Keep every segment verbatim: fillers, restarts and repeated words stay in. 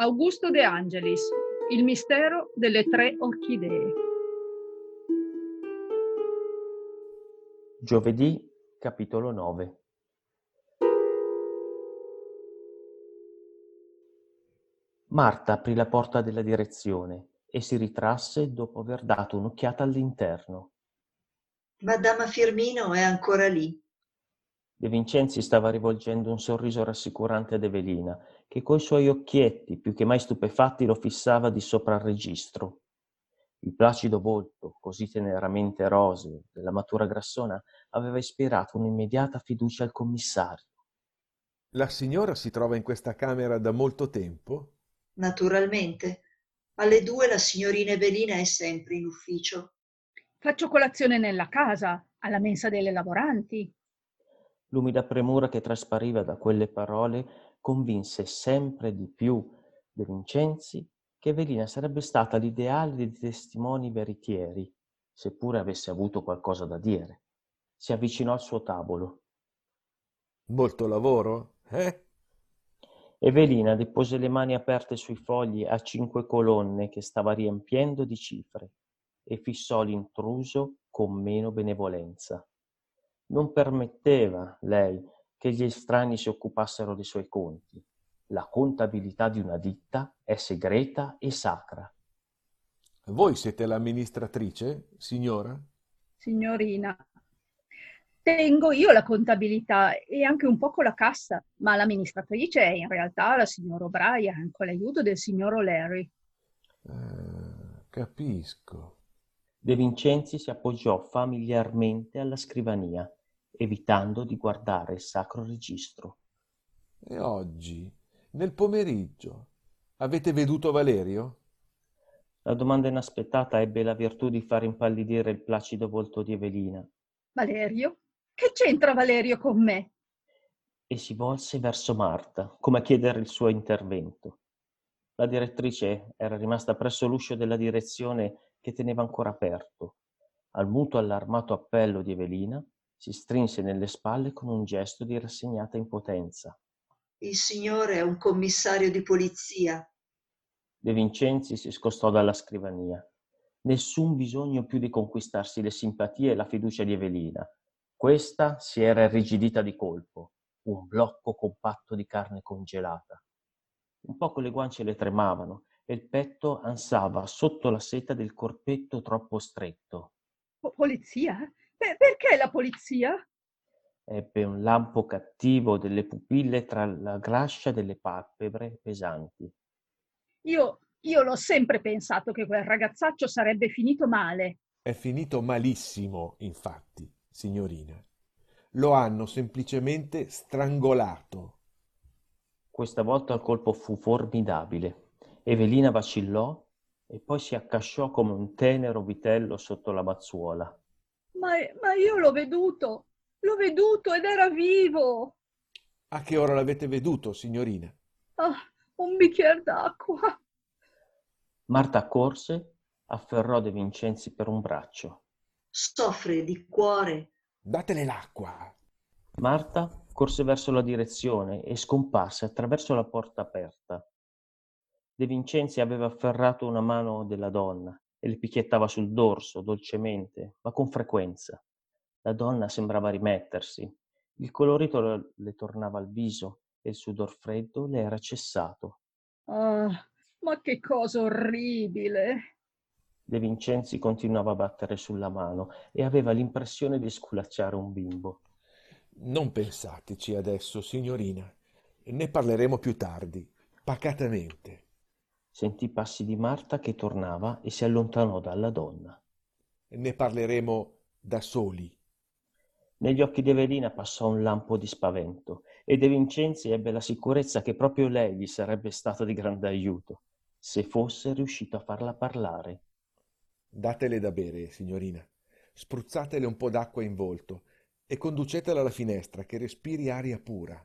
Augusto De Angelis, il mistero delle tre orchidee. Giovedì, capitolo nove. Marta aprì la porta della direzione e si ritrasse dopo aver dato un'occhiata all'interno. Madama Firmino è ancora lì. De Vincenzi stava rivolgendo un sorriso rassicurante ad Evelina, che coi suoi occhietti, più che mai stupefatti, lo fissava di sopra il registro. Il placido volto, così teneramente roseo, della matura Grassona aveva ispirato un'immediata fiducia al commissario. La signora si trova in questa camera da molto tempo? Naturalmente. Alle due la signorina Evelina è sempre in ufficio. Faccio colazione nella casa, alla mensa delle lavoranti. L'umida premura che traspariva da quelle parole convinse sempre di più De Vincenzi che Evelina sarebbe stata l'ideale dei testimoni veritieri, seppure avesse avuto qualcosa da dire. Si avvicinò al suo tavolo. Molto lavoro, eh? Evelina depose le mani aperte sui fogli a cinque colonne che stava riempiendo di cifre e fissò l'intruso con meno benevolenza. Non permetteva, lei, che gli estranei si occupassero dei suoi conti. La contabilità di una ditta è segreta e sacra. Voi siete l'amministratrice, signora? Signorina, tengo io la contabilità e anche un po' con la cassa, ma l'amministratrice è in realtà la signora O'Brien, con l'aiuto del signor O'Leary. Ah, capisco. De Vincenzi si appoggiò familiarmente alla scrivania, evitando di guardare il sacro registro. E oggi, nel pomeriggio, avete veduto Valerio? La domanda inaspettata ebbe la virtù di far impallidire il placido volto di Evelina. Valerio? Che c'entra Valerio con me? E si volse verso Marta, come a chiedere il suo intervento. La direttrice era rimasta presso l'uscio della direzione che teneva ancora aperto. Al muto allarmato appello di Evelina si strinse nelle spalle con un gesto di rassegnata impotenza. Il signore è un commissario di polizia. De Vincenzi si scostò dalla scrivania. Nessun bisogno più di conquistarsi le simpatie e la fiducia di Evelina. Questa si era irrigidita di colpo, un blocco compatto di carne congelata. Un poco le guance le tremavano e il petto ansava sotto la seta del corpetto troppo stretto. Po- polizia? Per- perché la polizia? Ebbe un lampo cattivo delle pupille tra la glascia delle palpebre pesanti. Io, io l'ho sempre pensato che quel ragazzaccio sarebbe finito male. È finito malissimo, infatti, signorina. Lo hanno semplicemente strangolato. Questa volta il colpo fu formidabile. Evelina vacillò e poi si accasciò come un tenero vitello sotto la mazzuola. Ma, ma io l'ho veduto, l'ho veduto ed era vivo. A che ora l'avete veduto, signorina? Ah, un bicchiere d'acqua. Marta accorse, afferrò De Vincenzi per un braccio. Soffre di cuore. Datele l'acqua. Marta corse verso la direzione e scomparse attraverso la porta aperta. De Vincenzi aveva afferrato una mano della donna e le picchiettava sul dorso, dolcemente, ma con frequenza. La donna sembrava rimettersi. Il colorito le tornava al viso e il sudor freddo le era cessato. Ah, ma che cosa orribile. De Vincenzi continuava a battere sulla mano e aveva l'impressione di sculacciare un bimbo. Non pensateci adesso, signorina. Ne parleremo più tardi, pacatamente. Sentì i passi di Marta che tornava e si allontanò dalla donna. Ne parleremo da soli. Negli occhi di Evelina passò un lampo di spavento e De Vincenzi ebbe la sicurezza che proprio lei gli sarebbe stata di grande aiuto, se fosse riuscito a farla parlare. Datele da bere, signorina. Spruzzatele un po' d'acqua in volto e conducetela alla finestra che respiri aria pura.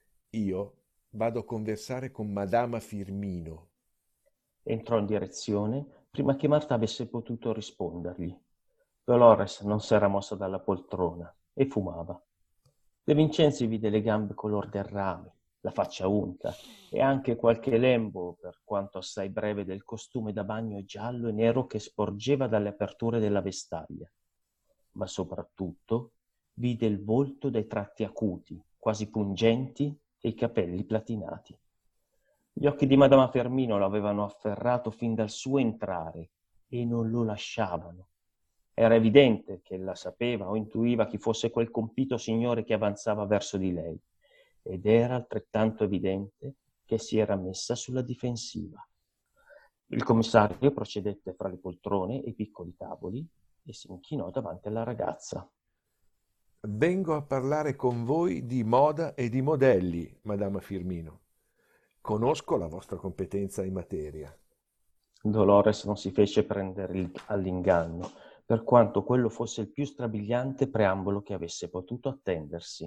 Io vado a conversare con Madama Firmino. Entrò in direzione prima che Marta avesse potuto rispondergli. Dolores non s'era mossa dalla poltrona e fumava. De Vincenzi vide le gambe color del rame, la faccia unica e anche qualche lembo, per quanto assai breve, del costume da bagno giallo e nero che sporgeva dalle aperture della vestaglia. Ma soprattutto vide il volto dai tratti acuti, quasi pungenti, e i capelli platinati. Gli occhi di Madama Firmino lo avevano afferrato fin dal suo entrare e non lo lasciavano. Era evidente che ella sapeva o intuiva chi fosse quel compito signore che avanzava verso di lei, ed era altrettanto evidente che si era messa sulla difensiva. Il commissario procedette fra le poltrone e i piccoli tavoli e si inchinò davanti alla ragazza. Vengo a parlare con voi di moda e di modelli, Madama Firmino. Conosco la vostra competenza in materia. Dolores non si fece prendere all'inganno, per quanto quello fosse il più strabiliante preambolo che avesse potuto attendersi.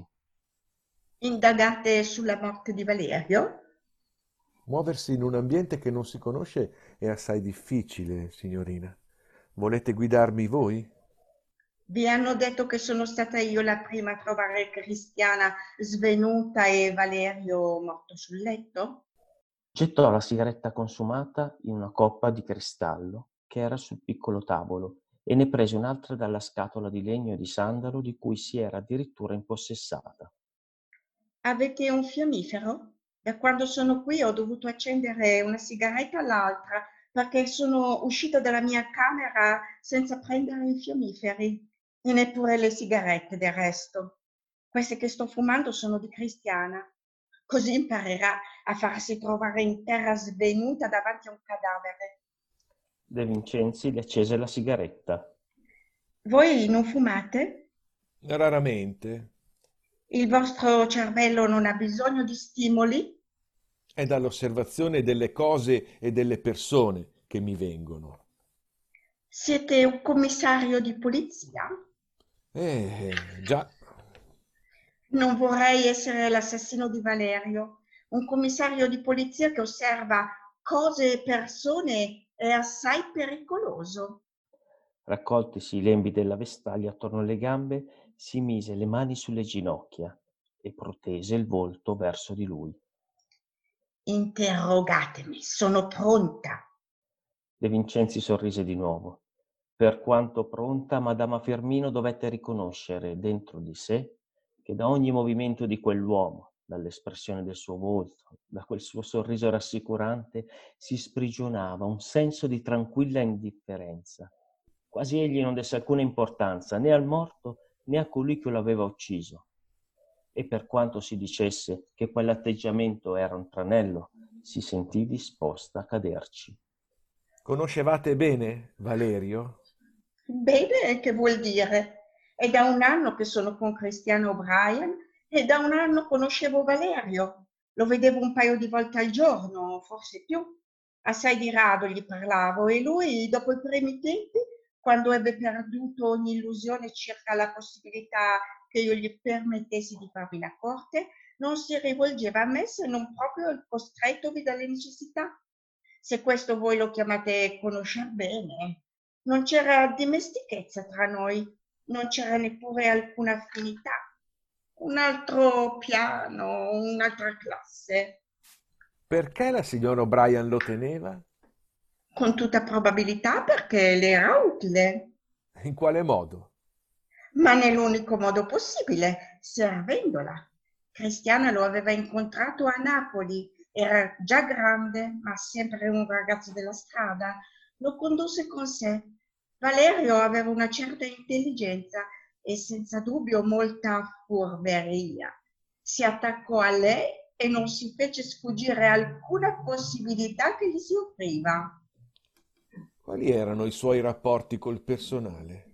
Indagate sulla morte di Valerio? Muoversi in un ambiente che non si conosce è assai difficile, signorina. Volete guidarmi voi? Vi hanno detto che sono stata io la prima a trovare Cristiana svenuta e Valerio morto sul letto? Gettò la sigaretta consumata in una coppa di cristallo che era sul piccolo tavolo e ne prese un'altra dalla scatola di legno e di sandalo di cui si era addirittura impossessata. Avete un fiammifero? Da quando sono qui ho dovuto accendere una sigaretta all'altra perché sono uscita dalla mia camera senza prendere i fiammiferi e neppure le sigarette del resto. Queste che sto fumando sono di Cristiana. Così imparerà a farsi trovare in terra svenuta davanti a un cadavere. De Vincenzi le accese la sigaretta. Voi non fumate? Raramente. Il vostro cervello non ha bisogno di stimoli? È dall'osservazione delle cose e delle persone che mi vengono. Siete un commissario di polizia? Eh, già. Non vorrei essere l'assassino di Valerio. Un commissario di polizia che osserva cose e persone è assai pericoloso. Raccoltisi i lembi della vestaglia attorno alle gambe, si mise le mani sulle ginocchia e protese il volto verso di lui. Interrogatemi, sono pronta. De Vincenzi sorrise di nuovo. Per quanto pronta, Madama Firmino dovette riconoscere dentro di sé che da ogni movimento di quell'uomo, dall'espressione del suo volto, da quel suo sorriso rassicurante, si sprigionava un senso di tranquilla indifferenza. Quasi egli non desse alcuna importanza né al morto né a colui che lo aveva ucciso. E per quanto si dicesse che quell'atteggiamento era un tranello, si sentì disposta a caderci. Conoscevate bene Valerio? Bene, che vuol dire? È da un anno che sono con Cristiano O'Brien e da un anno conoscevo Valerio. Lo vedevo un paio di volte al giorno, forse più. Assai di rado gli parlavo e lui, dopo i primi tempi, quando ebbe perduto ogni illusione circa la possibilità che io gli permettessi di farmi la corte, non si rivolgeva a me se non proprio costrettovi dalle necessità. Se questo voi lo chiamate conoscer bene, non c'era dimestichezza tra noi, non c'era neppure alcuna affinità. Un altro piano, un'altra classe. Perché la signora O'Brien lo teneva? Con tutta probabilità perché le era utile. In quale modo? Ma nell'unico modo possibile, servendola. Cristiana lo aveva incontrato a Napoli, era già grande, ma sempre un ragazzo della strada. Lo condusse con sé. Valerio aveva una certa intelligenza e senza dubbio molta furberia. Si attaccò a lei e non si fece sfuggire alcuna possibilità che gli si offriva. Quali erano i suoi rapporti col personale?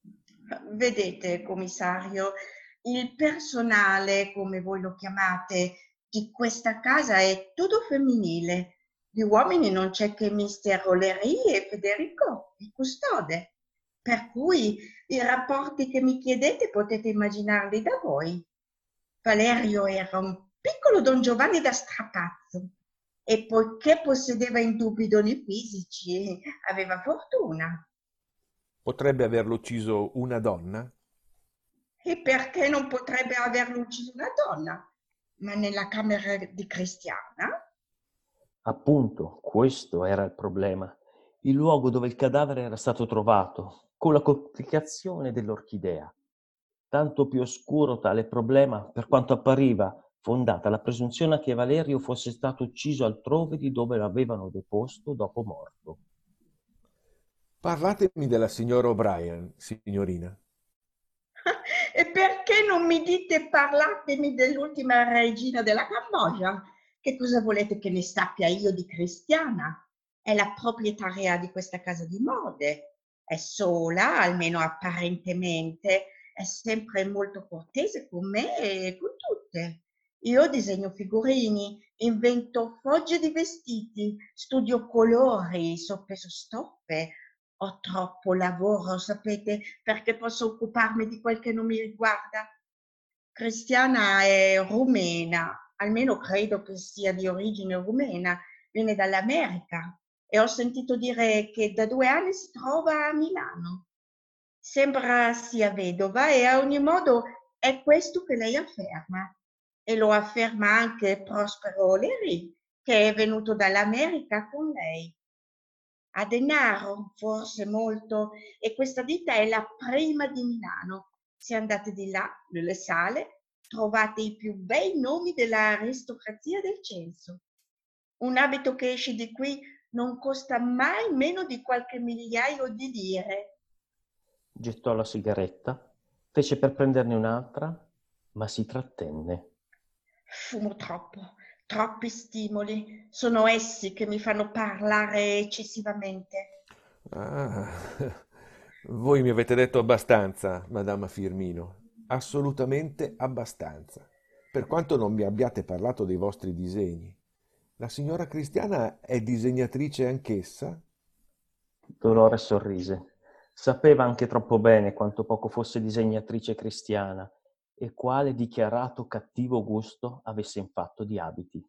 Vedete, commissario, il personale, come voi lo chiamate, di questa casa è tutto femminile. Di uomini non c'è che mister O'Leary e Federico, il custode. Per cui i rapporti che mi chiedete potete immaginarli da voi. Valerio era un piccolo Don Giovanni da strapazzo e poiché possedeva indubbi doni fisici, aveva fortuna. Potrebbe averlo ucciso una donna? E perché non potrebbe averlo ucciso una donna? Ma nella camera di Cristiana? Appunto, questo era il problema. Il luogo dove il cadavere era stato trovato, con la complicazione dell'orchidea. Tanto più oscuro tale problema per quanto appariva fondata la presunzione che Valerio fosse stato ucciso altrove di dove lo avevano deposto dopo morto. Parlatemi della signora O'Brien, signorina. E perché non mi dite, parlatemi dell'ultima regina della Cambogia? Che cosa volete che ne sappia io di Cristiana? È la proprietaria di questa casa di mode. È sola, almeno apparentemente, è sempre molto cortese con me e con tutte. Io disegno figurini, invento fogge di vestiti, studio colori, soppeso stoffe. Ho troppo lavoro, sapete, perché posso occuparmi di quel che non mi riguarda. Cristiana è rumena, almeno credo che sia di origine rumena, viene dall'America e ho sentito dire che da due anni si trova a Milano. Sembra sia vedova e a ogni modo è questo che lei afferma. E lo afferma anche Prospero Oleri, che è venuto dall'America con lei. Ha denaro, forse molto, e questa ditta è la prima di Milano. Se andate di là, nelle sale, trovate i più bei nomi dell'aristocrazia del censo. Un abito che esce di qui non costa mai meno di qualche migliaio di lire. Gettò la sigaretta, fece per prenderne un'altra, ma si trattenne. Fumo troppo, troppi stimoli. Sono essi che mi fanno parlare eccessivamente. Ah, voi mi avete detto abbastanza, Madama Firmino, assolutamente abbastanza. Per quanto non mi abbiate parlato dei vostri disegni. La signora Cristiana è disegnatrice anch'essa? Dolores sorrise. Sapeva anche troppo bene quanto poco fosse disegnatrice cristiana e quale dichiarato cattivo gusto avesse in fatto di abiti.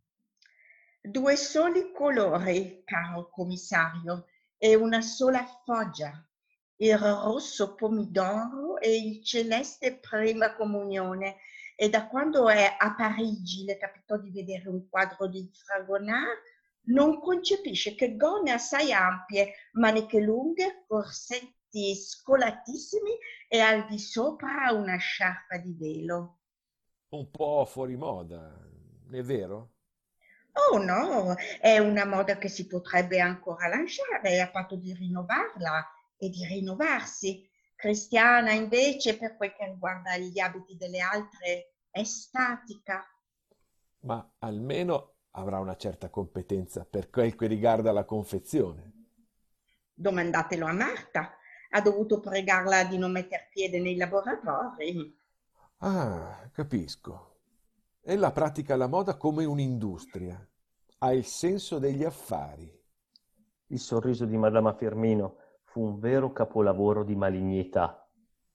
Due soli colori, caro commissario, e una sola foggia, il rosso pomidoro e il celeste prima comunione. E da quando è a Parigi le capitò di vedere un quadro di Fragonard, non concepisce che gonne assai ampie, maniche lunghe, corsetti scolatissimi e al di sopra una sciarpa di velo. Un po' fuori moda, è vero? Oh no, è una moda che si potrebbe ancora lanciare a patto di rinnovarla e di rinnovarsi. Cristiana, invece, per quel che riguarda gli abiti delle altre, è statica. Ma almeno avrà una certa competenza per quel che riguarda la confezione. Domandatelo a Marta. Ha dovuto pregarla di non metter piede nei laboratori. Ah, capisco. Ella pratica la moda come un'industria. Ha il senso degli affari. Il sorriso di Madama Firmino fu un vero capolavoro di malignità.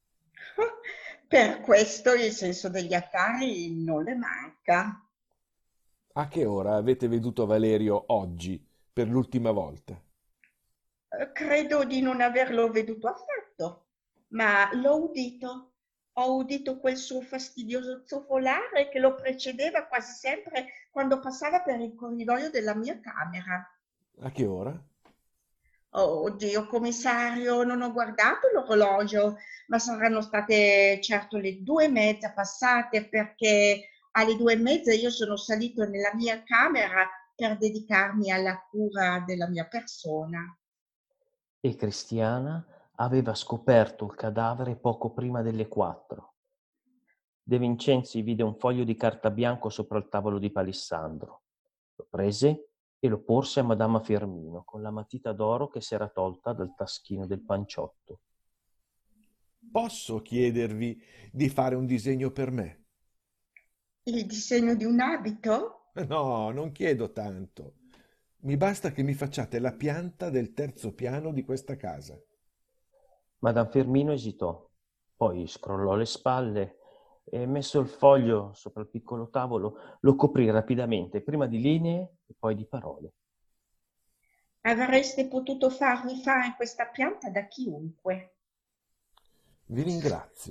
Per questo il senso degli affari non le manca. A che ora avete veduto Valerio oggi per l'ultima volta? Credo di non averlo veduto affatto, ma l'ho udito. Ho udito quel suo fastidioso zofolare che lo precedeva quasi sempre quando passava per il corridoio della mia camera. A che ora? Oh Dio, commissario, non ho guardato l'orologio, ma saranno state certo le due e mezza passate, perché alle due e mezza io sono salito nella mia camera per dedicarmi alla cura della mia persona. E Cristiana aveva scoperto il cadavere poco prima delle quattro. De Vincenzi vide un foglio di carta bianco sopra il tavolo di palissandro. Lo prese e lo porse a Madama Firmino con la matita d'oro che si era tolta dal taschino del panciotto. Posso chiedervi di fare un disegno per me? Il disegno di un abito? No, non chiedo tanto. Mi basta che mi facciate la pianta del terzo piano di questa casa. Madame Firmino esitò, poi scrollò le spalle e, messo il foglio sopra il piccolo tavolo, lo coprì rapidamente, prima di linee e poi di parole. Avreste potuto farmi fare questa pianta da chiunque. Vi ringrazio.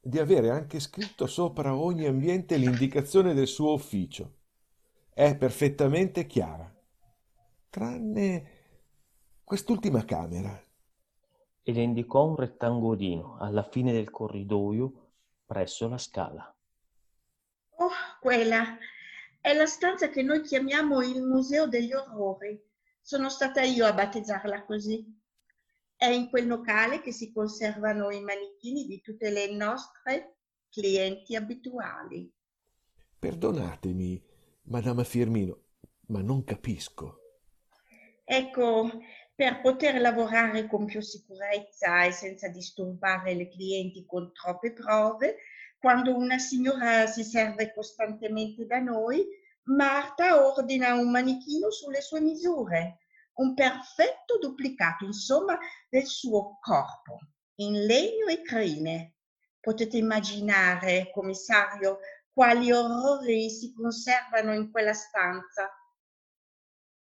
di avere anche scritto sopra ogni ambiente l'indicazione del suo ufficio. È perfettamente chiara, tranne quest'ultima camera. E le indicò un rettangolino alla fine del corridoio presso la scala. Oh, quella è la stanza che noi chiamiamo il Museo degli Orrori. Sono stata io a battezzarla così. È in quel locale che si conservano i manichini di tutte le nostre clienti abituali. Perdonatemi, Madama Firmino, ma non capisco. Ecco, per poter lavorare con più sicurezza e senza disturbare le clienti con troppe prove, quando una signora si serve costantemente da noi, Marta ordina un manichino sulle sue misure, un perfetto duplicato, insomma, del suo corpo, in legno e crine. Potete immaginare, commissario, quali orrori si conservano in quella stanza.